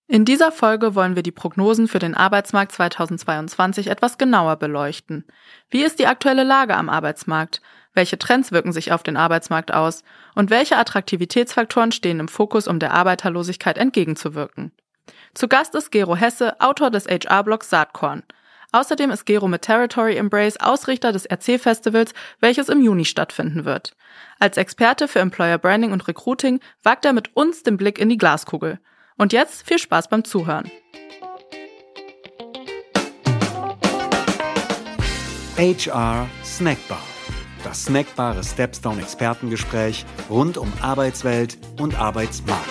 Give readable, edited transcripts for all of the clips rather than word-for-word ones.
In dieser Folge wollen wir die Prognosen für den Arbeitsmarkt 2022 etwas genauer beleuchten. Wie ist die aktuelle Lage am Arbeitsmarkt? Welche Trends wirken sich auf den Arbeitsmarkt aus? Und welche Attraktivitätsfaktoren stehen im Fokus, um der Arbeiterlosigkeit entgegenzuwirken? Zu Gast ist Gero Hesse, Autor des HR-Blogs Saatkorn. Außerdem ist Gero mit Territory Embrace Ausrichter des RC-Festivals, welches im Juni stattfinden wird. Als Experte für Employer Branding und Recruiting wagt er mit uns den Blick in die Glaskugel. Und jetzt viel Spaß beim Zuhören. HR Snackbar. Das snackbare Stepstone-Expertengespräch rund um Arbeitswelt und Arbeitsmarkt.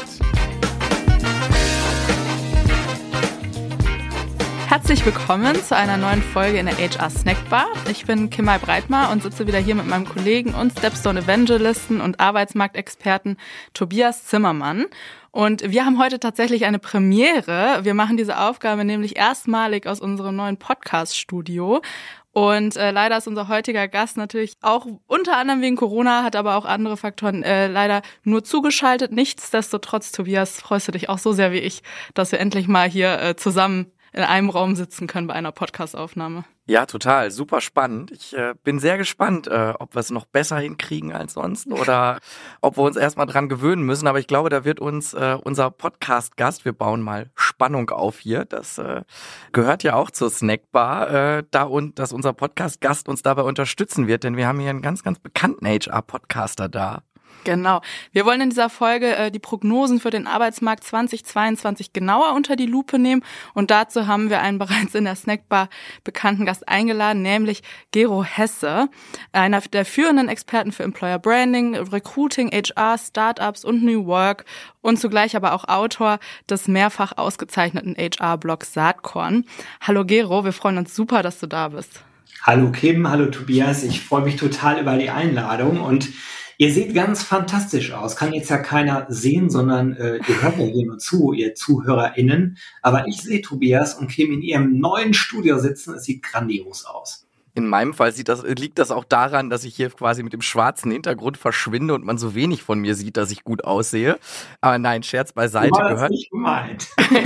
Herzlich willkommen zu einer neuen Folge in der HR Snackbar. Ich bin Kimay Breitmar und sitze wieder hier mit meinem Kollegen und Stepstone Evangelisten und Arbeitsmarktexperten Tobias Zimmermann. Und wir haben heute tatsächlich eine Premiere. Wir machen diese Aufgabe nämlich erstmalig aus unserem neuen Podcast-Studio. Und leider ist unser heutiger Gast natürlich auch unter anderem wegen Corona, hat aber auch andere Faktoren leider nur zugeschaltet. Nichtsdestotrotz, Tobias, freust du dich auch so sehr wie ich, dass wir endlich mal hier zusammen in einem Raum sitzen können bei einer Podcast-Aufnahme. Ja, total. Super spannend. Ich bin sehr gespannt, ob wir es noch besser hinkriegen als sonst oder ob wir uns erstmal dran gewöhnen müssen. Aber ich glaube, da wird uns unser Podcast-Gast, wir bauen mal Spannung auf hier, das gehört ja auch zur Snackbar, dass unser Podcast-Gast uns dabei unterstützen wird, denn wir haben hier einen ganz, ganz bekannten HR-Podcaster da. Genau. Wir wollen in dieser Folge die Prognosen für den Arbeitsmarkt 2022 genauer unter die Lupe nehmen und dazu haben wir einen bereits in der Snackbar bekannten Gast eingeladen, nämlich Gero Hesse, einer der führenden Experten für Employer Branding, Recruiting, HR, Startups und New Work und zugleich aber auch Autor des mehrfach ausgezeichneten HR-Blogs Saatkorn. Hallo Gero, wir freuen uns super, dass du da bist. Hallo Kim, hallo Tobias, ich freue mich total über die Einladung und ihr seht ganz fantastisch aus. Kann jetzt ja keiner sehen, sondern ihr hört ja hier nur zu, ihr ZuhörerInnen. Aber ich sehe Tobias und Kim in ihrem neuen Studio sitzen. Es sieht grandios aus. In meinem Fall liegt das auch daran, dass ich hier quasi mit dem schwarzen Hintergrund verschwinde und man so wenig von mir sieht, dass ich gut aussehe. Aber nein, Scherz beiseite. War das nicht gemeint?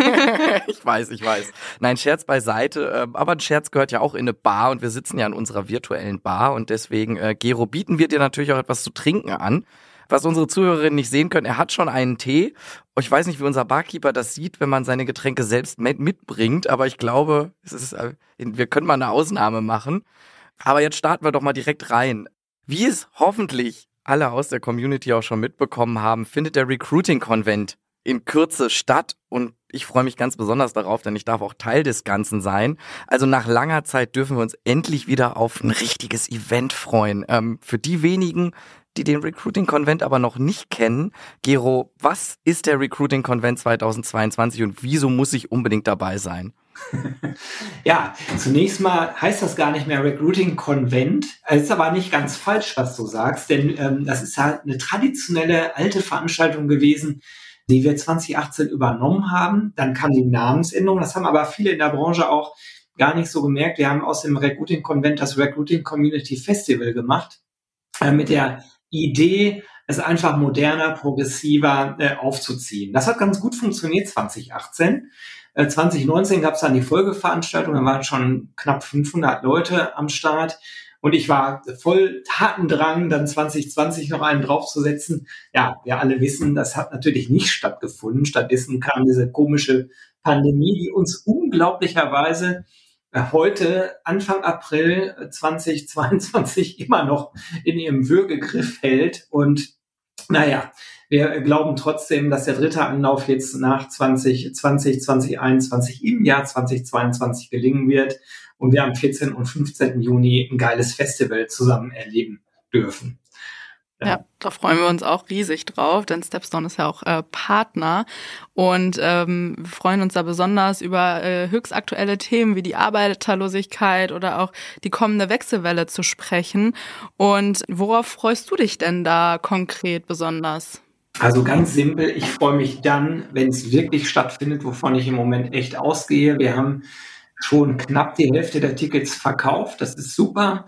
Ich weiß. Nein, Scherz beiseite. Aber ein Scherz gehört ja auch in eine Bar und wir sitzen ja in unserer virtuellen Bar und deswegen, Gero, bieten wir dir natürlich auch etwas zu trinken an. Was unsere Zuhörerinnen nicht sehen können, er hat schon einen Tee. Ich weiß nicht, wie unser Barkeeper das sieht, wenn man seine Getränke selbst mitbringt, aber ich glaube, wir können mal eine Ausnahme machen. Aber jetzt starten wir doch mal direkt rein. Wie es hoffentlich alle aus der Community auch schon mitbekommen haben, findet der Recruiting-Konvent in Kürze statt und ich freue mich ganz besonders darauf, denn ich darf auch Teil des Ganzen sein. Also nach langer Zeit dürfen wir uns endlich wieder auf ein richtiges Event freuen. Für die wenigen, die den Recruiting-Konvent aber noch nicht kennen, Gero, was ist der Recruiting-Konvent 2022 und wieso muss ich unbedingt dabei sein? Ja, zunächst mal heißt das gar nicht mehr Recruiting-Konvent. Es ist aber nicht ganz falsch, was du sagst, denn das ist halt eine traditionelle alte Veranstaltung gewesen, die wir 2018 übernommen haben. Dann kam die Namensänderung, das haben aber viele in der Branche auch gar nicht so gemerkt. Wir haben aus dem Recruiting-Konvent das Recruiting Community Festival gemacht, mit der Idee, es einfach moderner, progressiver aufzuziehen. Das hat ganz gut funktioniert 2018. 2019 gab es dann die Folgeveranstaltung, da waren schon knapp 500 Leute am Start und ich war voll Tatendrang, dann 2020 noch einen draufzusetzen. Ja, wir alle wissen, das hat natürlich nicht stattgefunden. Stattdessen kam diese komische Pandemie, die uns unglaublicherweise heute, Anfang April 2022, immer noch in ihrem Würgegriff hält. Und naja, wir glauben trotzdem, dass der dritte Anlauf jetzt nach 2021 im Jahr 2022 gelingen wird und wir am 14. und 15. Juni ein geiles Festival zusammen erleben dürfen. Ja, da freuen wir uns auch riesig drauf, denn Stepstone ist ja auch Partner und wir freuen uns da besonders über höchstaktuelle Themen wie die Arbeiterlosigkeit oder auch die kommende Wechselwelle zu sprechen. Und worauf freust du dich denn da konkret besonders? Also ganz simpel, ich freue mich dann, wenn es wirklich stattfindet, wovon ich im Moment echt ausgehe. Wir haben schon knapp die Hälfte der Tickets verkauft, das ist super.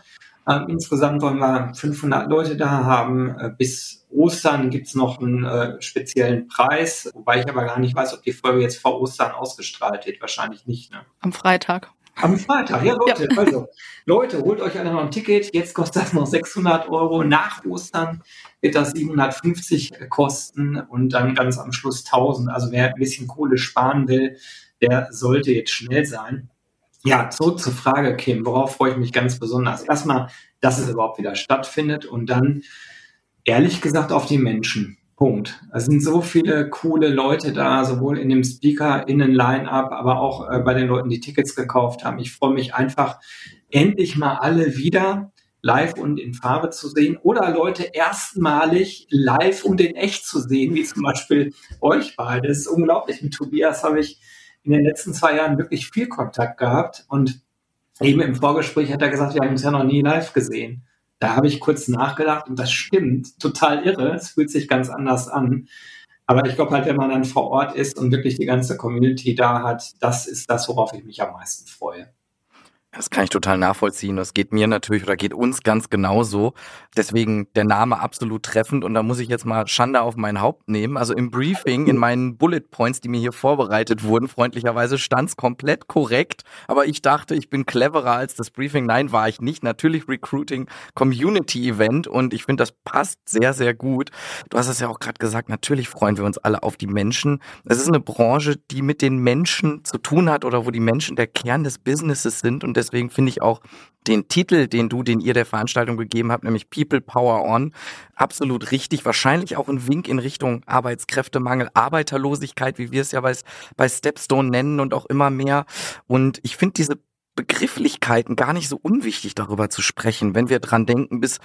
Insgesamt wollen wir 500 Leute da haben. Bis Ostern gibt's noch einen speziellen Preis, wobei ich aber gar nicht weiß, ob die Folge jetzt vor Ostern ausgestrahlt wird. Wahrscheinlich nicht, ne? Am Freitag. Am Freitag, ja Leute, ja. Also Leute, holt euch alle noch ein Ticket. Jetzt kostet das noch 600 Euro. Nach Ostern wird das 750 kosten und dann ganz am Schluss 1000. Also wer ein bisschen Kohle sparen will, der sollte jetzt schnell sein. Ja, zurück zur Frage, Kim. Worauf freue ich mich ganz besonders? Erstmal, dass es überhaupt wieder stattfindet und dann, ehrlich gesagt, auf die Menschen. Punkt. Es sind so viele coole Leute da, sowohl in dem SpeakerInnen-Line-Up, aber auch bei den Leuten, die Tickets gekauft haben. Ich freue mich einfach, endlich mal alle wieder live und in Farbe zu sehen oder Leute erstmalig live und in echt zu sehen, wie zum Beispiel euch beide. Das ist unglaublich. Mit Tobias habe ich in den letzten 2 Jahren wirklich viel Kontakt gehabt und eben im Vorgespräch hat er gesagt, wir haben uns ja noch nie live gesehen. Da habe ich kurz nachgedacht und das stimmt, total irre, es fühlt sich ganz anders an. Aber ich glaube halt, wenn man dann vor Ort ist und wirklich die ganze Community da hat, das ist das, worauf ich mich am meisten freue. Das kann ich total nachvollziehen. Das geht mir natürlich oder geht uns ganz genauso. Deswegen der Name absolut treffend. Und da muss ich jetzt mal Schande auf mein Haupt nehmen. Also im Briefing, in meinen Bullet Points, die mir hier vorbereitet wurden, freundlicherweise stand es komplett korrekt. Aber ich dachte, ich bin cleverer als das Briefing. Nein, war ich nicht. Natürlich Recruiting Community Event. Und ich finde, das passt sehr, sehr gut. Du hast es ja auch gerade gesagt, natürlich freuen wir uns alle auf die Menschen. Es ist eine Branche, die mit den Menschen zu tun hat oder wo die Menschen der Kern des Businesses sind. Und deswegen finde ich auch den Titel, den ihr der Veranstaltung gegeben habt, nämlich People Power On, absolut richtig. Wahrscheinlich auch ein Wink in Richtung Arbeitskräftemangel, Arbeiterlosigkeit, wie wir es ja bei Stepstone nennen und auch immer mehr. Und ich finde diese Begrifflichkeiten gar nicht so unwichtig, darüber zu sprechen. Wenn wir dran denken, bis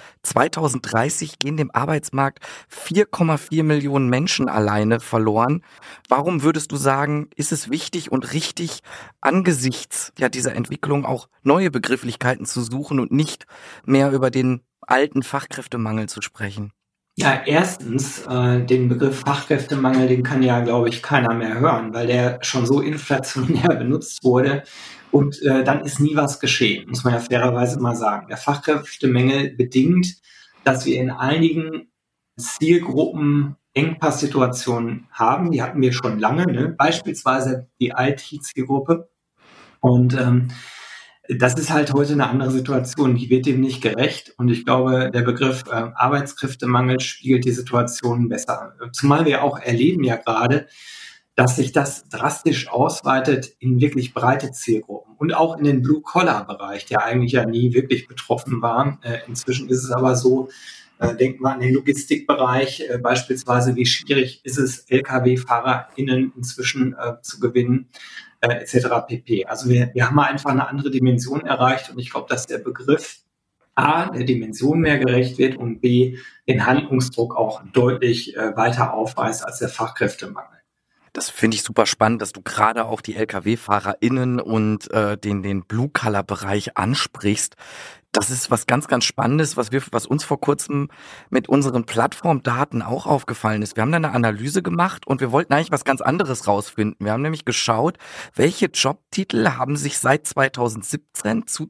2030 gehen dem Arbeitsmarkt 4,4 Millionen Menschen alleine verloren. Warum würdest du sagen, ist es wichtig und richtig, angesichts dieser Entwicklung auch neue Begrifflichkeiten zu suchen und nicht mehr über den alten Fachkräftemangel zu sprechen? Ja, erstens, den Begriff Fachkräftemangel, den kann ja, glaube ich, keiner mehr hören, weil der schon so inflationär benutzt wurde. Und dann ist nie was geschehen, muss man ja fairerweise mal sagen. Der Fachkräftemangel bedingt, dass wir in einigen Zielgruppen Engpasssituationen haben. Die hatten wir schon lange, ne? Beispielsweise die IT-Zielgruppe. Und das ist halt heute eine andere Situation, die wird dem nicht gerecht. Und ich glaube, der Begriff Arbeitskräftemangel spiegelt die Situation besser. Zumal wir auch erleben ja gerade, dass sich das drastisch ausweitet in wirklich breite Zielgruppen und auch in den Blue-Collar-Bereich, der eigentlich ja nie wirklich betroffen war. Inzwischen ist es aber so, denkt man an den Logistikbereich, beispielsweise, wie schwierig ist es, Lkw-FahrerInnen inzwischen zu gewinnen, etc. pp. Also wir haben einfach eine andere Dimension erreicht und ich glaube, dass der Begriff A, der Dimension mehr gerecht wird und B, den Handlungsdruck auch deutlich weiter aufweist als der Fachkräftemangel. Das finde ich super spannend, dass du gerade auch die Lkw-FahrerInnen und den Blue-Color-Bereich ansprichst. Das ist was ganz, ganz Spannendes, was uns vor kurzem mit unseren Plattformdaten auch aufgefallen ist. Wir haben da eine Analyse gemacht und wir wollten eigentlich was ganz anderes rausfinden. Wir haben nämlich geschaut, welche Jobtitel haben sich seit 2017 zu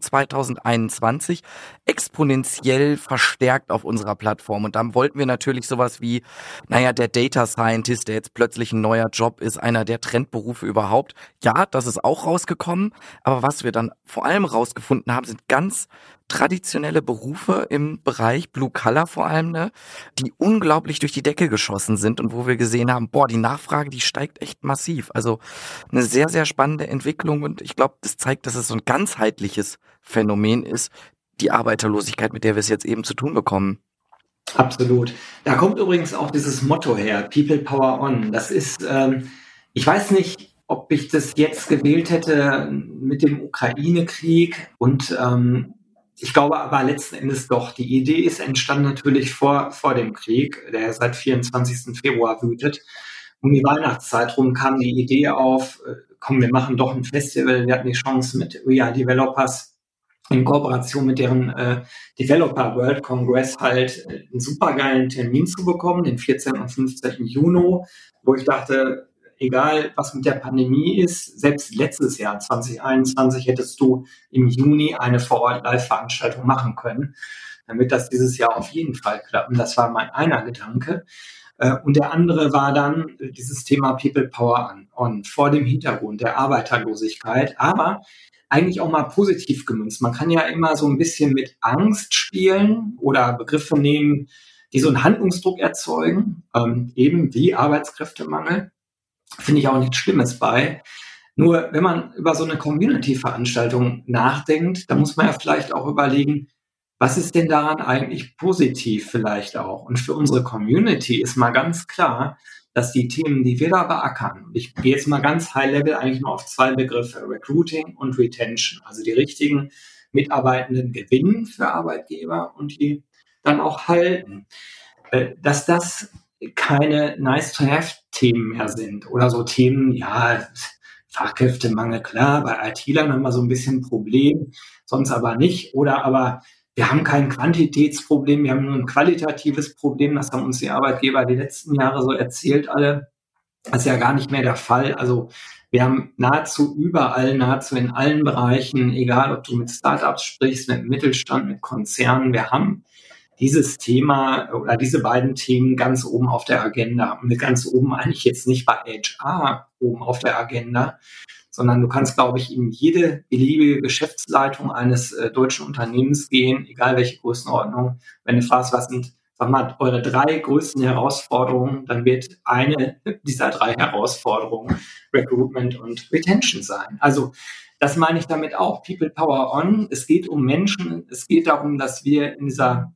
2021 exponentiell verstärkt auf unserer Plattform. Und dann wollten wir natürlich sowas wie, der Data Scientist, der jetzt plötzlich ein neuer Job ist, einer der Trendberufe überhaupt. Ja, das ist auch rausgekommen. Aber was wir dann vor allem rausgefunden haben, sind ganz traditionelle Berufe im Bereich Blue Collar vor allem, die unglaublich durch die Decke geschossen sind und wo wir gesehen haben, die Nachfrage, die steigt echt massiv. Also eine sehr, sehr spannende Entwicklung und ich glaube, das zeigt, dass es so ein ganzheitliches Phänomen ist, die Arbeiterlosigkeit, mit der wir es jetzt eben zu tun bekommen. Absolut. Da kommt übrigens auch dieses Motto her, People Power On. Das ist, ich weiß nicht, ob ich das jetzt gewählt hätte mit dem Ukraine-Krieg und ich glaube aber letzten Endes doch, die Idee ist entstanden natürlich vor dem Krieg, der seit 24. Februar wütet. Um die Weihnachtszeit rum kam die Idee auf, wir machen doch ein Festival. Wir hatten die Chance mit We Are Developers in Kooperation mit deren Developer World Congress halt einen supergeilen Termin zu bekommen, den 14. und 15. Juni, wo ich dachte, egal was mit der Pandemie ist, selbst letztes Jahr 2021 hättest du im Juni eine Vor-Ort-Live-Veranstaltung machen können, damit das dieses Jahr auf jeden Fall klappt. Und das war mein einer Gedanke. Und der andere war dann dieses Thema People Power on vor dem Hintergrund der Arbeiterlosigkeit, aber eigentlich auch mal positiv gemünzt. Man kann ja immer so ein bisschen mit Angst spielen oder Begriffe nehmen, die so einen Handlungsdruck erzeugen, eben wie Arbeitskräftemangel. Finde ich auch nichts Schlimmes bei. Nur wenn man über so eine Community-Veranstaltung nachdenkt, dann muss man ja vielleicht auch überlegen, was ist denn daran eigentlich positiv vielleicht auch? Und für unsere Community ist mal ganz klar, dass die Themen, die wir da beackern, ich gehe jetzt mal ganz high-level eigentlich nur auf zwei Begriffe, Recruiting und Retention, also die richtigen Mitarbeitenden gewinnen für Arbeitgeber und die dann auch halten, dass das keine Nice-to-have-Themen mehr sind oder so Themen, ja, Fachkräftemangel, klar, bei IT-Lern haben wir so ein bisschen ein Problem, sonst aber nicht, oder aber wir haben kein Quantitätsproblem, wir haben nur ein qualitatives Problem. Das haben uns die Arbeitgeber die letzten Jahre so erzählt alle. Das ist ja gar nicht mehr der Fall. Also wir haben nahezu überall, nahezu in allen Bereichen, egal ob du mit Startups sprichst, mit Mittelstand, mit Konzernen, wir haben dieses Thema oder diese beiden Themen ganz oben auf der Agenda. Und ganz oben eigentlich jetzt nicht bei HR oben auf der Agenda, sondern du kannst, glaube ich, in jede beliebige Geschäftsleitung eines deutschen Unternehmens gehen, egal welche Größenordnung. Wenn du fragst, was sind, sag mal, eure 3 größten Herausforderungen, dann wird eine dieser 3 Herausforderungen Recruitment und Retention sein. Also das meine ich damit auch. People Power on. Es geht um Menschen. Es geht darum, dass wir in dieser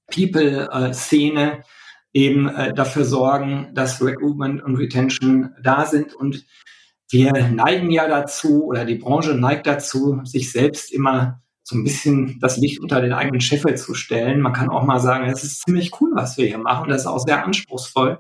People-Szene eben dafür sorgen, dass Recruitment und Retention da sind. Und wir neigen ja dazu, oder die Branche neigt dazu, sich selbst immer so ein bisschen das Licht unter den eigenen Scheffel zu stellen. Man kann auch mal sagen, es ist ziemlich cool, was wir hier machen. Das ist auch sehr anspruchsvoll.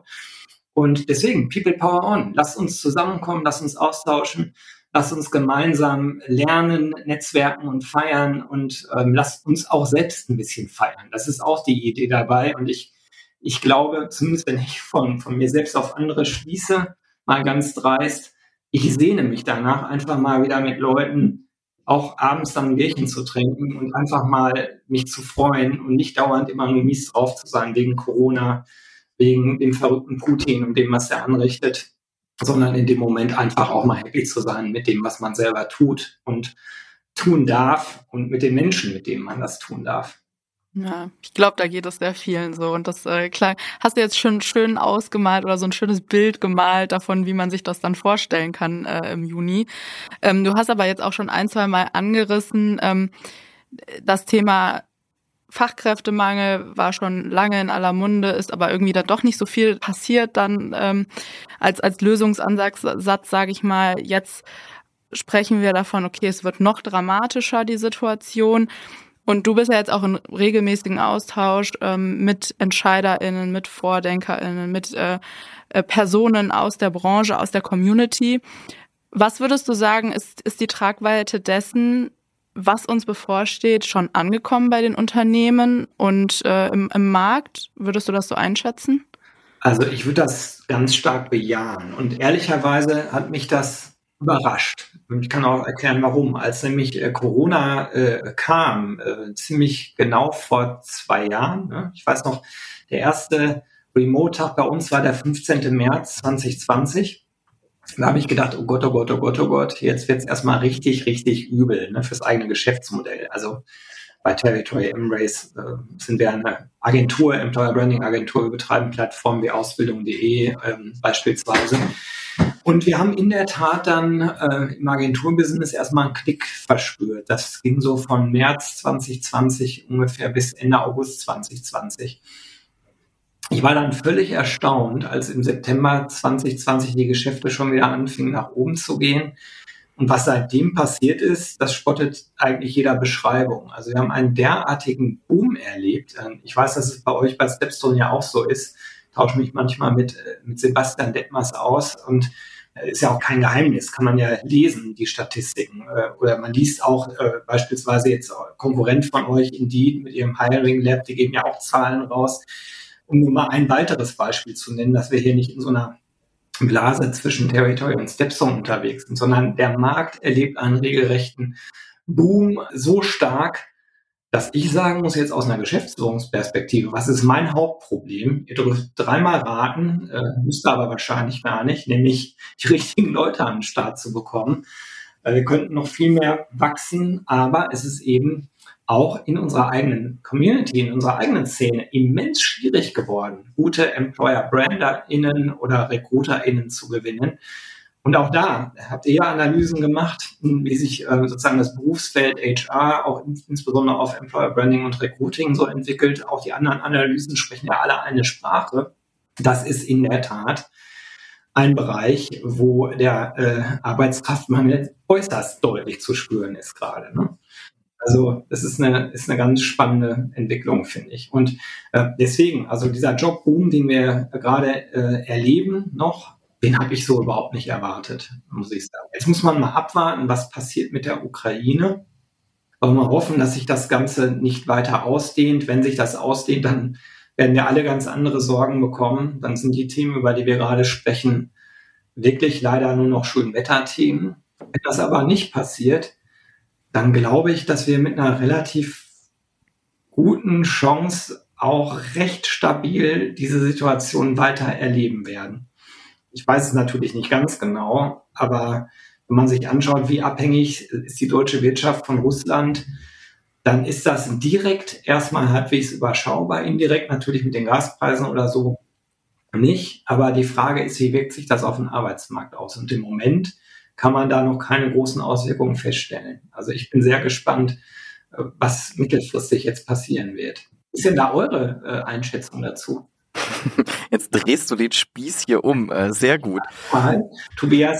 Und deswegen, People Power on. Lasst uns zusammenkommen, lasst uns austauschen, lasst uns gemeinsam lernen, netzwerken und feiern und lasst uns auch selbst ein bisschen feiern. Das ist auch die Idee dabei. Und ich glaube, zumindest wenn ich von mir selbst auf andere schließe, mal ganz dreist, ich sehne mich danach, einfach mal wieder mit Leuten auch abends dann ein Bierchen zu trinken und einfach mal mich zu freuen und nicht dauernd immer nur mies drauf zu sein wegen Corona, wegen dem verrückten Putin und dem, was er anrichtet, sondern in dem Moment einfach auch mal happy zu sein mit dem, was man selber tut und tun darf und mit den Menschen, mit denen man das tun darf. Ja, ich glaube, da geht es sehr vielen so. Und das, klar, hast du jetzt schon schön ausgemalt oder so ein schönes Bild gemalt davon, wie man sich das dann vorstellen kann im Juni. Du hast aber jetzt auch schon 1-2 Mal angerissen, das Thema Fachkräftemangel war schon lange in aller Munde, ist aber irgendwie da doch nicht so viel passiert dann als Lösungsansatz, sage ich mal. Jetzt sprechen wir davon, okay, es wird noch dramatischer, die Situation. Und du bist ja jetzt auch in regelmäßigen Austausch mit EntscheiderInnen, mit VordenkerInnen, mit Personen aus der Branche, aus der Community. Was würdest du sagen, ist die Tragweite dessen, was uns bevorsteht, schon angekommen bei den Unternehmen und im Markt? Würdest du das so einschätzen? Also ich würde das ganz stark bejahen. Und ehrlicherweise hat mich das überrascht. Und ich kann auch erklären, warum. Als nämlich Corona kam, ziemlich genau vor 2 Jahren, ne? Ich weiß noch, der erste Remote-Tag bei uns war der 15. März 2020. Da habe ich gedacht, oh Gott, oh Gott, oh Gott, oh Gott, jetzt wird es erstmal richtig, richtig übel, ne, fürs eigene Geschäftsmodell. Also bei Territory Embrace sind wir eine Agentur, Employer Branding Agentur, wir betreiben Plattformen wie Ausbildung.de beispielsweise. Und wir haben in der Tat dann im Agenturbusiness erstmal einen Klick verspürt. Das ging so von März 2020 ungefähr bis Ende August 2020. Ich war dann völlig erstaunt, als im September 2020 die Geschäfte schon wieder anfingen, nach oben zu gehen. Und was seitdem passiert ist, das spottet eigentlich jeder Beschreibung. Also wir haben einen derartigen Boom erlebt. Ich weiß, dass es bei euch bei Stepstone ja auch so ist. Ich tausche mich manchmal mit Sebastian Detmers aus und ist ja auch kein Geheimnis, kann man ja lesen, die Statistiken. Oder man liest auch beispielsweise jetzt Konkurrent von euch, Indeed, mit ihrem Hiring Lab, die geben ja auch Zahlen raus. Um nur mal ein weiteres Beispiel zu nennen, dass wir hier nicht in so einer Blase zwischen Territory und Stepstone unterwegs sind, sondern der Markt erlebt einen regelrechten Boom so stark, dass ich sagen muss, jetzt aus einer Geschäftsführungsperspektive, was ist mein Hauptproblem? Ihr dürft dreimal raten, müsst aber wahrscheinlich gar nicht, nämlich die richtigen Leute an den Start zu bekommen. Wir könnten noch viel mehr wachsen, aber es ist eben auch in unserer eigenen Community, in unserer eigenen Szene immens schwierig geworden, gute Employer-BranderInnen oder RecruiterInnen zu gewinnen. Und auch da habt ihr ja Analysen gemacht, wie sich sozusagen das Berufsfeld HR auch insbesondere auf Employer Branding und Recruiting so entwickelt. Auch die anderen Analysen sprechen ja alle eine Sprache. Das ist in der Tat ein Bereich, wo der Arbeitskraftmangel äußerst deutlich zu spüren ist gerade. Ne? Also das ist eine ganz spannende Entwicklung, finde ich. Und deswegen, also dieser Jobboom, den wir gerade erleben noch, den habe ich so überhaupt nicht erwartet, muss ich sagen. Jetzt muss man mal abwarten, was passiert mit der Ukraine. Aber mal hoffen, dass sich das Ganze nicht weiter ausdehnt. Wenn sich das ausdehnt, dann werden wir alle ganz andere Sorgen bekommen. Dann sind die Themen, über die wir gerade sprechen, wirklich leider nur noch Schönwetterthemen. Wenn das aber nicht passiert, dann glaube ich, dass wir mit einer relativ guten Chance auch recht stabil diese Situation weiter erleben werden. Ich weiß es natürlich nicht ganz genau, aber wenn man sich anschaut, wie abhängig ist die deutsche Wirtschaft von Russland, dann ist das direkt erstmal halbwegs überschaubar, indirekt natürlich mit den Gaspreisen oder so nicht. Aber die Frage ist, wie wirkt sich das auf den Arbeitsmarkt aus? Und im Moment kann man da noch keine großen Auswirkungen feststellen. Also ich bin sehr gespannt, was mittelfristig jetzt passieren wird. Was ist denn da eure Einschätzung dazu? Jetzt drehst du den Spieß hier um. Sehr gut. Tobias,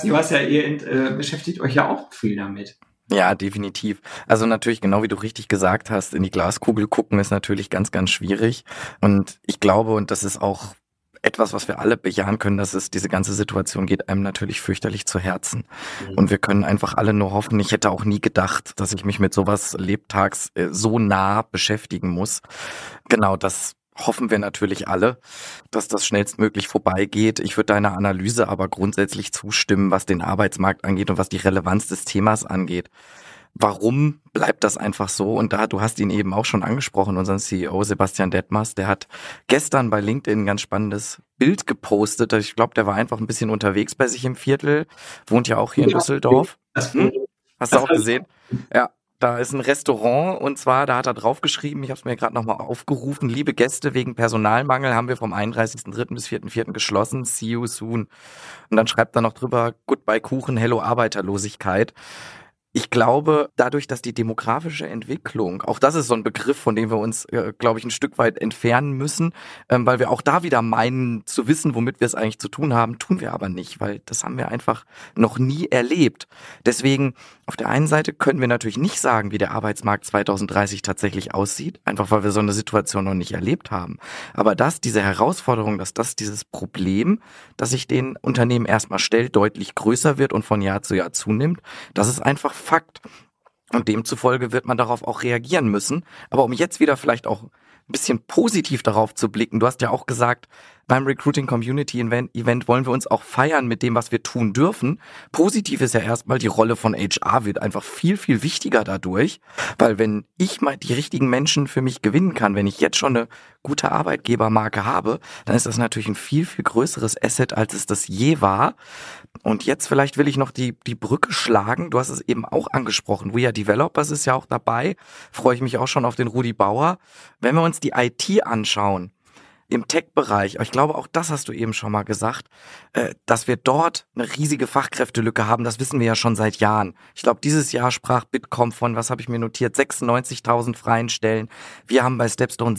ihr beschäftigt euch ja auch viel damit. Ja, definitiv. Also natürlich, genau wie du richtig gesagt hast, in die Glaskugel gucken ist natürlich ganz, ganz schwierig. Und ich glaube, und das ist auch etwas, was wir alle bejahen können, dass es diese ganze Situation geht einem natürlich fürchterlich zu Herzen. Und wir können einfach alle nur hoffen, ich hätte auch nie gedacht, dass ich mich mit sowas lebtags so nah beschäftigen muss. Genau, das hoffen wir natürlich alle, dass das schnellstmöglich vorbeigeht. Ich würde deiner Analyse aber grundsätzlich zustimmen, was den Arbeitsmarkt angeht und was die Relevanz des Themas angeht. Warum bleibt das einfach so? Und du hast ihn eben auch schon angesprochen, unseren CEO Sebastian Detmers, der hat gestern bei LinkedIn ein ganz spannendes Bild gepostet. Ich glaube, der war einfach ein bisschen unterwegs bei sich im Viertel, wohnt ja auch hier in Düsseldorf. Hast du auch gesehen? Ja. Da ist ein Restaurant und zwar, da hat er draufgeschrieben, ich habe es mir gerade nochmal aufgerufen, liebe Gäste, wegen Personalmangel haben wir vom 31.03. bis 4.04. geschlossen, see you soon. Und dann schreibt er noch drüber, goodbye Kuchen, hello Arbeiterlosigkeit. Ich glaube, dadurch, dass die demografische Entwicklung, auch das ist so ein Begriff, von dem wir uns, glaube ich, ein Stück weit entfernen müssen, weil wir auch da wieder meinen zu wissen, womit wir es eigentlich zu tun haben, tun wir aber nicht, weil das haben wir einfach noch nie erlebt. Deswegen, auf der einen Seite können wir natürlich nicht sagen, wie der Arbeitsmarkt 2030 tatsächlich aussieht, einfach weil wir so eine Situation noch nicht erlebt haben. Aber diese Herausforderung, dieses Problem, das sich den Unternehmen erstmal stellt, deutlich größer wird und von Jahr zu Jahr zunimmt, das ist einfach Fakt. Und demzufolge wird man darauf auch reagieren müssen. Aber um jetzt wieder vielleicht auch ein bisschen positiv darauf zu blicken, du hast ja auch gesagt, beim Recruiting Community Event wollen wir uns auch feiern mit dem, was wir tun dürfen. Positiv ist ja erstmal, die Rolle von HR wird einfach viel, viel wichtiger dadurch, weil wenn ich mal die richtigen Menschen für mich gewinnen kann, wenn ich jetzt schon eine gute Arbeitgebermarke habe, dann ist das natürlich ein viel, viel größeres Asset, als es das je war. Und jetzt vielleicht will ich noch die Brücke schlagen. Du hast es eben auch angesprochen. We Are Developers ist ja auch dabei. Freue ich mich auch schon auf den Rudi Bauer. Wenn wir uns die IT anschauen, im Tech-Bereich, ich glaube, auch das hast du eben schon mal gesagt, dass wir dort eine riesige Fachkräftelücke haben, das wissen wir ja schon seit Jahren. Ich glaube, dieses Jahr sprach Bitkom von, was habe ich mir notiert, 96.000 freien Stellen. Wir haben bei Stepstone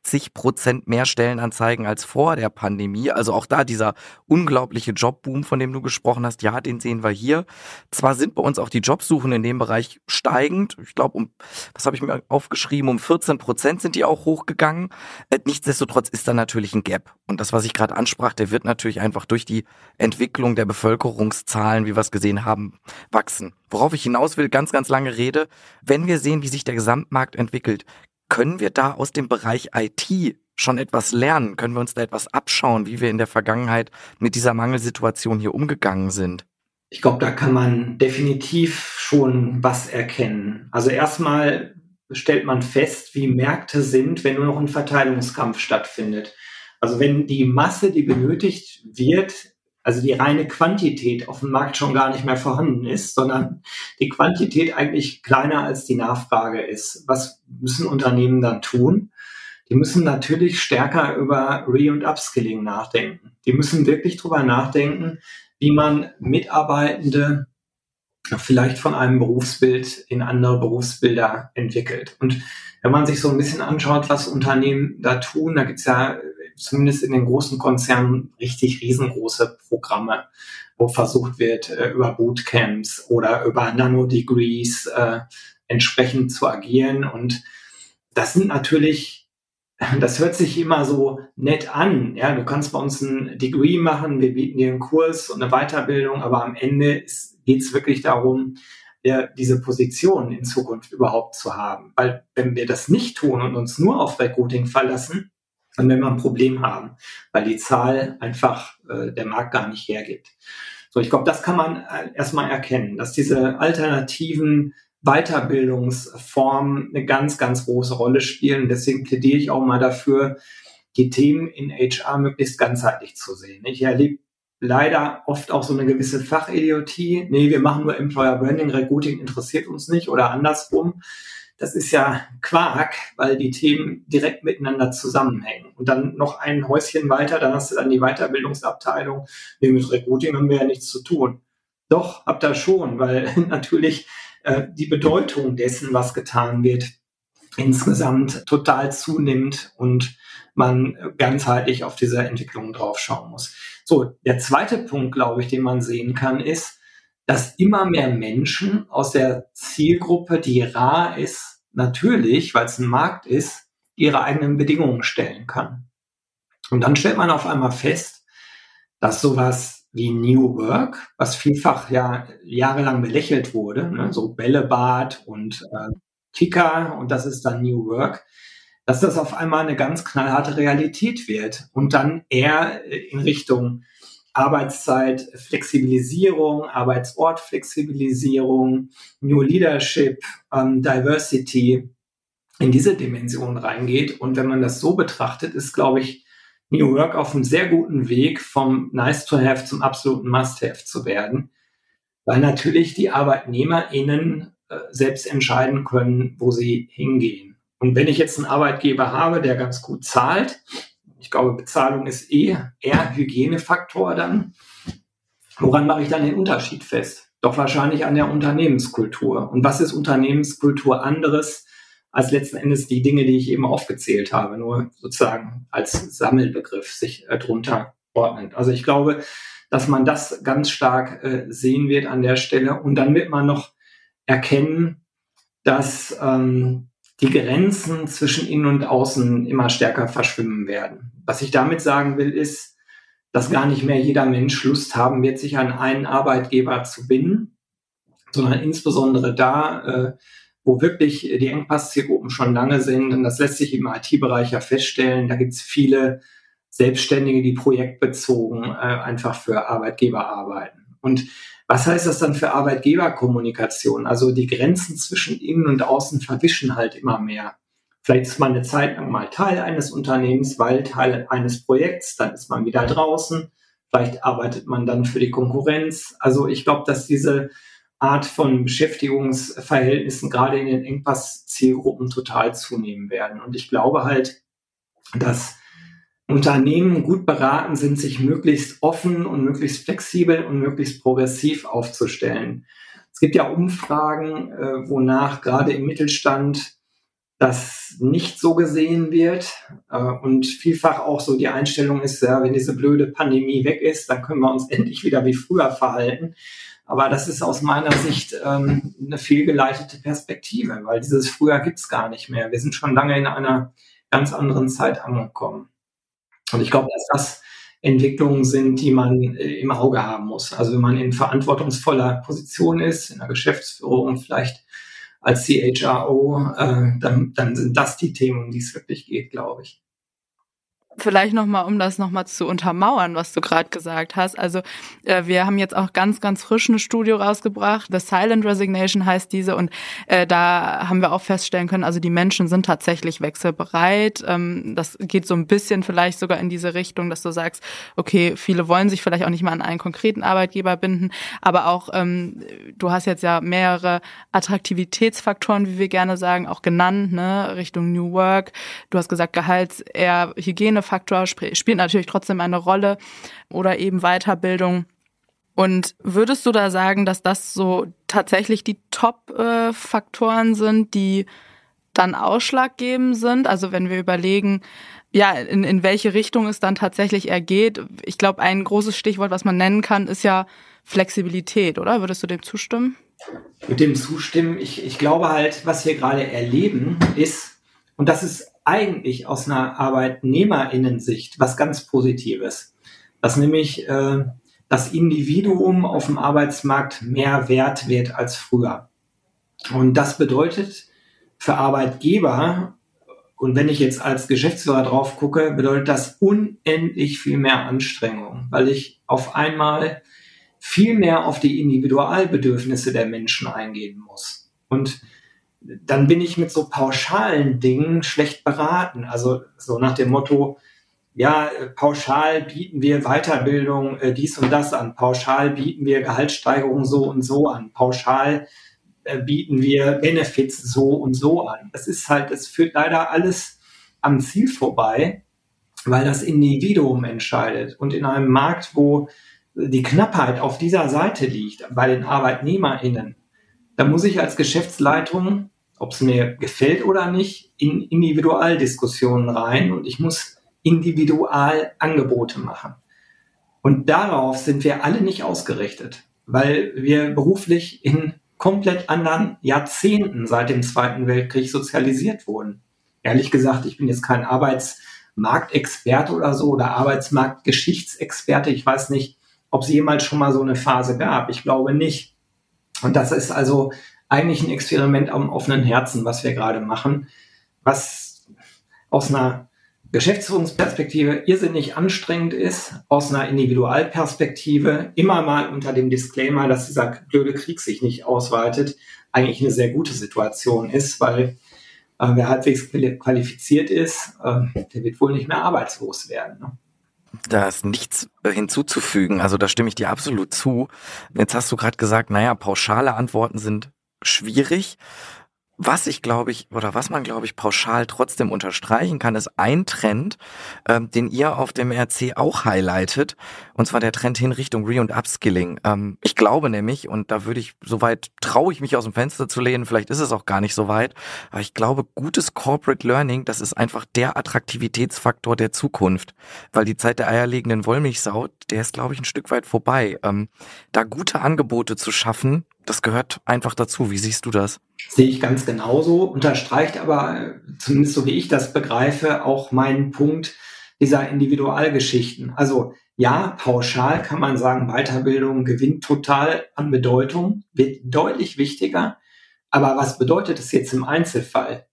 60% mehr Stellenanzeigen als vor der Pandemie. Also auch da dieser unglaubliche Jobboom, von dem du gesprochen hast, ja, den sehen wir hier. Zwar sind bei uns auch die Jobsuchen in dem Bereich steigend. Ich glaube, was habe ich mir aufgeschrieben, um 14% sind die auch hochgegangen. Nichtsdestotrotz ist da natürlich ein Gap. Und das, was ich gerade ansprach, der wird natürlich einfach durch die Entwicklung der Bevölkerungszahlen, wie wir es gesehen haben, wachsen. Worauf ich hinaus will, ganz, ganz lange Rede. Wenn wir sehen, wie sich der Gesamtmarkt entwickelt, können wir da aus dem Bereich IT schon etwas lernen? Können wir uns da etwas abschauen, wie wir in der Vergangenheit mit dieser Mangelsituation hier umgegangen sind? Ich glaube, da kann man definitiv schon was erkennen. Also erstmal stellt man fest, wie Märkte sind, wenn nur noch ein Verteilungskampf stattfindet. Also wenn die Masse, die benötigt wird, also die reine Quantität auf dem Markt schon gar nicht mehr vorhanden ist, sondern die Quantität eigentlich kleiner als die Nachfrage ist. Was müssen Unternehmen dann tun? Die müssen natürlich stärker über Re- und Upskilling nachdenken. Die müssen wirklich drüber nachdenken, wie man Mitarbeitende vielleicht von einem Berufsbild in andere Berufsbilder entwickelt. Und wenn man sich so ein bisschen anschaut, was Unternehmen da tun, da gibt's ja zumindest in den großen Konzernen richtig riesengroße Programme, wo versucht wird, über Bootcamps oder über Nanodegrees entsprechend zu agieren. Und das sind natürlich, das hört sich immer so nett an. Ja, du kannst bei uns ein Degree machen, wir bieten dir einen Kurs und eine Weiterbildung, aber am Ende geht es wirklich darum, diese Position in Zukunft überhaupt zu haben. Weil wenn wir das nicht tun und uns nur auf Recruiting verlassen, dann werden wir ein Problem haben, weil die Zahl einfach der Markt gar nicht hergibt. So, ich glaube, das kann man erstmal erkennen, dass diese alternativen Weiterbildungsformen eine ganz, ganz große Rolle spielen. Deswegen plädiere ich auch mal dafür, die Themen in HR möglichst ganzheitlich zu sehen. Ich erlebe leider oft auch so eine gewisse Fachidiotie. Nee, wir machen nur Employer Branding, Recruiting interessiert uns nicht oder andersrum. Das ist ja Quark, weil die Themen direkt miteinander zusammenhängen. Und dann noch ein Häuschen weiter, dann hast du dann die Weiterbildungsabteilung. Nee, mit Recruiting haben wir ja nichts zu tun. Doch, habt ihr schon, weil natürlich die Bedeutung dessen, was getan wird, insgesamt total zunimmt und man ganzheitlich auf diese Entwicklung drauf schauen muss. So, der zweite Punkt, glaube ich, den man sehen kann, ist, dass immer mehr Menschen aus der Zielgruppe, die rar ist, natürlich, weil es ein Markt ist, ihre eigenen Bedingungen stellen kann. Und dann stellt man auf einmal fest, dass sowas wie New Work, was vielfach ja jahrelang belächelt wurde, ne, so Bällebad und Kicker und das ist dann New Work, dass das auf einmal eine ganz knallharte Realität wird und dann eher in Richtung Arbeitszeit, Flexibilisierung, Arbeitsort, Flexibilisierung, New Leadership, Diversity in diese Dimension reingeht. Und wenn man das so betrachtet, ist, glaube ich, New Work auf einem sehr guten Weg, vom Nice-to-have zum absoluten Must-have zu werden, weil natürlich die ArbeitnehmerInnen selbst entscheiden können, wo sie hingehen. Und wenn ich jetzt einen Arbeitgeber habe, der ganz gut zahlt, ich glaube, Bezahlung ist eher Hygienefaktor dann, woran mache ich dann den Unterschied fest? Doch wahrscheinlich an der Unternehmenskultur. Und was ist Unternehmenskultur anderes als letzten Endes die Dinge, die ich eben aufgezählt habe, nur sozusagen als Sammelbegriff sich drunter ordnet. Also ich glaube, dass man das ganz stark sehen wird an der Stelle. Und dann wird man noch erkennen, dass die Grenzen zwischen Innen und Außen immer stärker verschwimmen werden. Was ich damit sagen will, ist, dass gar nicht mehr jeder Mensch Lust haben wird, sich an einen Arbeitgeber zu binden, sondern insbesondere da, wo wirklich die Engpasszielgruppen schon lange sind. Und das lässt sich im IT-Bereich ja feststellen. Da gibt es viele Selbstständige, die projektbezogen einfach für Arbeitgeber arbeiten. Und was heißt das dann für Arbeitgeberkommunikation? Also die Grenzen zwischen Innen und Außen verwischen halt immer mehr. Vielleicht ist man eine Zeit lang mal Teil eines Unternehmens, weil Teil eines Projekts, dann ist man wieder draußen. Vielleicht arbeitet man dann für die Konkurrenz. Also ich glaube, dass diese Art von Beschäftigungsverhältnissen gerade in den Engpasszielgruppen total zunehmen werden. Und ich glaube halt, dass Unternehmen gut beraten sind, sich möglichst offen und möglichst flexibel und möglichst progressiv aufzustellen. Es gibt ja Umfragen, wonach gerade im Mittelstand das nicht so gesehen wird und vielfach auch so die Einstellung ist, ja, wenn diese blöde Pandemie weg ist, dann können wir uns endlich wieder wie früher verhalten. Aber das ist aus meiner Sicht eine fehlgeleitete Perspektive, weil dieses Früher gibt's gar nicht mehr. Wir sind schon lange in einer ganz anderen Zeit angekommen. Und ich glaube, dass das Entwicklungen sind, die man im Auge haben muss. Also wenn man in verantwortungsvoller Position ist, in der Geschäftsführung, vielleicht als CHRO, dann sind das die Themen, um die es wirklich geht, glaube ich. Vielleicht nochmal, um das nochmal zu untermauern, was du gerade gesagt hast. Also wir haben jetzt auch ganz, ganz frisch eine Studie rausgebracht. The Silent Resignation heißt diese. Und da haben wir auch feststellen können, also die Menschen sind tatsächlich wechselbereit. Das geht so ein bisschen vielleicht sogar in diese Richtung, dass du sagst, okay, viele wollen sich vielleicht auch nicht mal an einen konkreten Arbeitgeber binden. Aber auch, du hast jetzt ja mehrere Attraktivitätsfaktoren, wie wir gerne sagen, auch genannt, ne, Richtung New Work. Du hast gesagt, Gehalts, eher Hygienefaktor spielt natürlich trotzdem eine Rolle oder eben Weiterbildung. Und würdest du da sagen, dass das so tatsächlich die Top-Faktoren sind, die dann ausschlaggebend sind? Also wenn wir überlegen, ja, in welche Richtung es dann tatsächlich eher geht. Ich glaube, ein großes Stichwort, was man nennen kann, ist ja Flexibilität, oder? Würdest du dem zustimmen? Mit dem Zustimmen. Ich glaube halt, was wir gerade erleben ist, und das ist eigentlich aus einer ArbeitnehmerInnen-Sicht was ganz Positives, dass nämlich das Individuum auf dem Arbeitsmarkt mehr wert wird als früher. Und das bedeutet für Arbeitgeber, und wenn ich jetzt als Geschäftsführer drauf gucke, bedeutet das unendlich viel mehr Anstrengung, weil ich auf einmal viel mehr auf die Individualbedürfnisse der Menschen eingehen muss. Und dann bin ich mit so pauschalen Dingen schlecht beraten. Also so nach dem Motto, ja, pauschal bieten wir Weiterbildung dies und das an, pauschal bieten wir Gehaltssteigerung so und so an, pauschal bieten wir Benefits so und so an. Das ist halt, es führt leider alles am Ziel vorbei, weil das Individuum entscheidet. Und in einem Markt, wo die Knappheit auf dieser Seite liegt, bei den ArbeitnehmerInnen, da muss ich als Geschäftsleitung, ob es mir gefällt oder nicht, in Individualdiskussionen rein und ich muss Individualangebote machen. Und darauf sind wir alle nicht ausgerichtet, weil wir beruflich in komplett anderen Jahrzehnten seit dem Zweiten Weltkrieg sozialisiert wurden. Ehrlich gesagt, ich bin jetzt kein Arbeitsmarktexperte oder so oder Arbeitsmarktgeschichtsexperte. Ich weiß nicht, ob es jemals schon mal so eine Phase gab. Ich glaube nicht. Und das ist also eigentlich ein Experiment am offenen Herzen, was wir gerade machen, was aus einer Geschäftsführungsperspektive irrsinnig anstrengend ist, aus einer Individualperspektive immer mal unter dem Disclaimer, dass dieser blöde Krieg sich nicht ausweitet, eigentlich eine sehr gute Situation ist, weil wer halbwegs qualifiziert ist, der wird wohl nicht mehr arbeitslos werden, ne? Da ist nichts hinzuzufügen, also da stimme ich dir absolut zu. Jetzt hast du gerade gesagt, naja, pauschale Antworten sind schwierig. Was man, glaube ich, pauschal trotzdem unterstreichen kann, ist ein Trend, den ihr auf dem RC auch highlightet, und zwar der Trend hin Richtung Re- und Upskilling. Ich glaube nämlich, und da traue ich mich aus dem Fenster zu lehnen, vielleicht ist es auch gar nicht so weit, aber ich glaube, gutes Corporate Learning, das ist einfach der Attraktivitätsfaktor der Zukunft, weil die Zeit der eierlegenden Wollmilchsau, der ist, glaube ich, ein Stück weit vorbei. Da gute Angebote zu schaffen, das gehört einfach dazu. Wie siehst du das? Sehe ich ganz genauso, unterstreicht aber, zumindest so wie ich das begreife, auch meinen Punkt dieser Individualgeschichten. Also ja, pauschal kann man sagen, Weiterbildung gewinnt total an Bedeutung, wird deutlich wichtiger. Aber was bedeutet es jetzt im Einzelfall?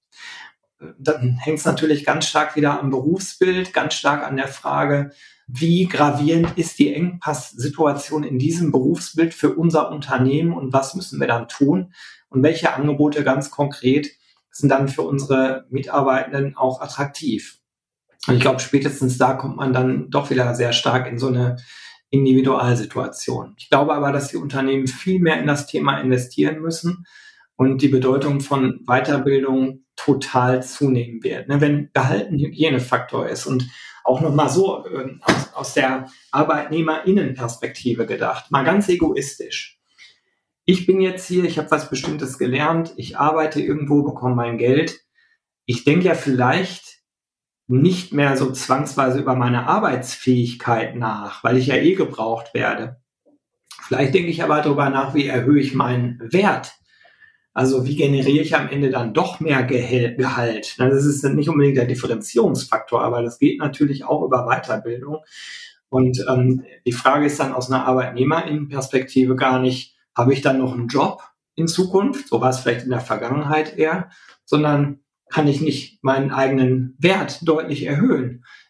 Dann hängt es natürlich ganz stark wieder am Berufsbild, ganz stark an der Frage, wie gravierend ist die Engpasssituation in diesem Berufsbild für unser Unternehmen und was müssen wir dann tun und welche Angebote ganz konkret sind dann für unsere Mitarbeitenden auch attraktiv. Und ich glaube, spätestens da kommt man dann doch wieder sehr stark in so eine Individualsituation. Ich glaube aber, dass die Unternehmen viel mehr in das Thema investieren müssen und die Bedeutung von Weiterbildung total zunehmen wird. Wenn Gehalt ein Hygienefaktor ist und auch nochmal so aus der ArbeitnehmerInnenperspektive gedacht, mal ganz egoistisch. Ich bin jetzt hier, ich habe was Bestimmtes gelernt, ich arbeite irgendwo, bekomme mein Geld. Ich denke ja vielleicht nicht mehr so zwangsweise über meine Arbeitsfähigkeit nach, weil ich ja gebraucht werde. Vielleicht denke ich aber darüber nach, wie erhöhe ich meinen Wert. Also wie generiere ich am Ende dann doch mehr Gehalt? Das ist nicht unbedingt der Differenzierungsfaktor, aber das geht natürlich auch über Weiterbildung. Und die Frage ist dann aus einer Arbeitnehmerinnenperspektive gar nicht, habe ich dann noch einen Job in Zukunft? So war es vielleicht in der Vergangenheit eher, sondern kann ich nicht meinen eigenen Wert deutlich erhöhen,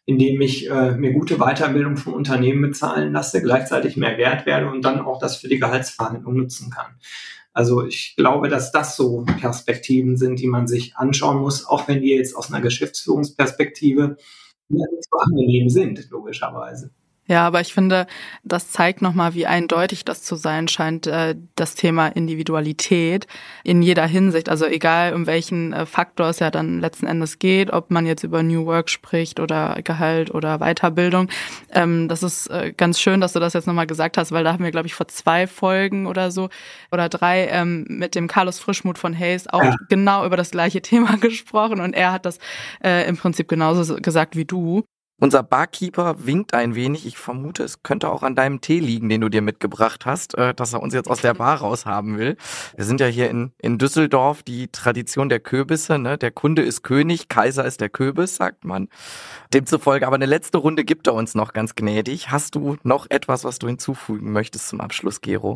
indem ich mir gute Weiterbildung vom Unternehmen bezahlen lasse, gleichzeitig mehr wert werde und dann auch das für die Gehaltsverhandlung nutzen kann. Also ich glaube, dass das so Perspektiven sind, die man sich anschauen muss, auch wenn die jetzt aus einer Geschäftsführungsperspektive nicht so angenehm sind, logischerweise. Ja, aber ich finde, das zeigt nochmal, wie eindeutig das zu sein scheint, das Thema Individualität in jeder Hinsicht. Also egal, um welchen Faktor es ja dann letzten Endes geht, ob man jetzt über New Work spricht oder Gehalt oder Weiterbildung. Das ist ganz schön, dass du das jetzt nochmal gesagt hast, weil da haben wir, glaube ich, vor 2 Folgen oder so oder 3 mit dem Carlos Frischmuth von Hays auch genau über das gleiche Thema gesprochen und er hat das im Prinzip genauso gesagt wie du. Unser Barkeeper winkt ein wenig. Ich vermute, es könnte auch an deinem Tee liegen, den du dir mitgebracht hast, dass er uns jetzt aus der Bar raushaben will. Wir sind ja hier in Düsseldorf, die Tradition der Kürbisse, ne? Der Kunde ist König, Kaiser ist der Kürbis, sagt man. Demzufolge, aber eine letzte Runde gibt er uns noch ganz gnädig. Hast du noch etwas, was du hinzufügen möchtest zum Abschluss, Gero?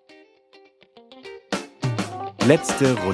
Letzte Runde.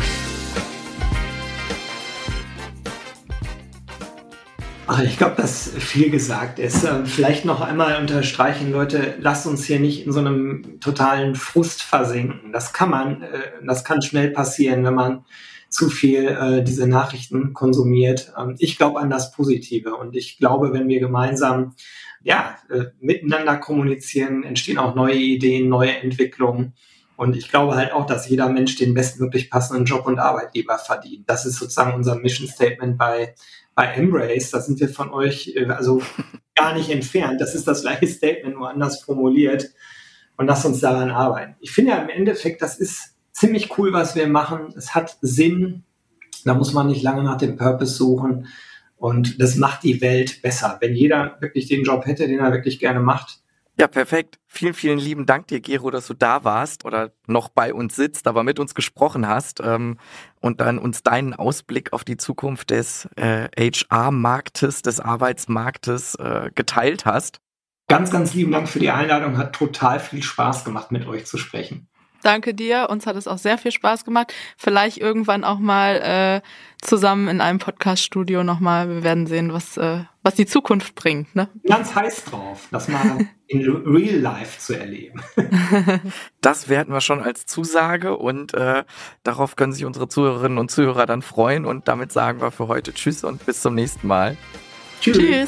Ich glaube, dass viel gesagt ist. Vielleicht noch einmal unterstreichen, Leute, lasst uns hier nicht in so einem totalen Frust versinken. Das kann schnell passieren, wenn man zu viel diese Nachrichten konsumiert. Ich glaube an das Positive und ich glaube, wenn wir gemeinsam miteinander kommunizieren, entstehen auch neue Ideen, neue Entwicklungen. Und ich glaube halt auch, dass jeder Mensch den bestmöglich passenden Job und Arbeitgeber verdient. Das ist sozusagen unser Mission Statement bei Embrace. Da sind wir von euch also gar nicht entfernt. Das ist das gleiche Statement, nur anders formuliert. Und lasst uns daran arbeiten. Ich finde ja im Endeffekt, das ist ziemlich cool, was wir machen. Es hat Sinn. Da muss man nicht lange nach dem Purpose suchen. Und das macht die Welt besser. Wenn jeder wirklich den Job hätte, den er wirklich gerne macht. Ja, perfekt. Vielen, vielen lieben Dank dir, Gero, dass du da warst oder noch bei uns sitzt, aber mit uns gesprochen hast und dann uns deinen Ausblick auf die Zukunft des HR-Marktes, des Arbeitsmarktes geteilt hast. Ganz, ganz lieben Dank für die Einladung. Hat total viel Spaß gemacht, mit euch zu sprechen. Danke dir. Uns hat es auch sehr viel Spaß gemacht. Vielleicht irgendwann auch mal zusammen in einem Podcast-Studio nochmal. Wir werden sehen, was die Zukunft bringt. Ne? Ganz heiß drauf, das mal in Real Life zu erleben. Das werden wir schon als Zusage und darauf können sich unsere Zuhörerinnen und Zuhörer dann freuen. Und damit sagen wir für heute Tschüss und bis zum nächsten Mal. Tschüss.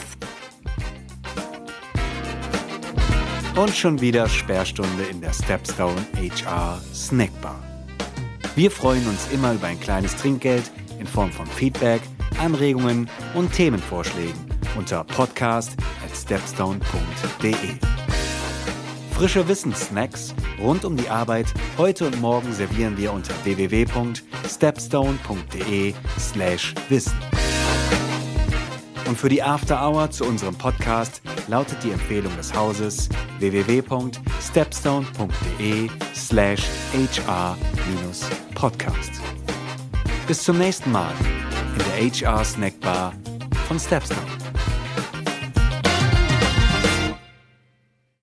Und schon wieder Sperrstunde in der Stepstone HR Snackbar. Wir freuen uns immer über ein kleines Trinkgeld in Form von Feedback, Anregungen und Themenvorschlägen unter podcast@stepstone.de. Frische Wissenssnacks rund um die Arbeit heute und morgen servieren wir unter www.stepstone.de/wissen. Und für die After Hour zu unserem Podcast lautet die Empfehlung des Hauses www.stepstone.de/HR-podcast. Bis zum nächsten Mal in der HR Snackbar von Stepstone.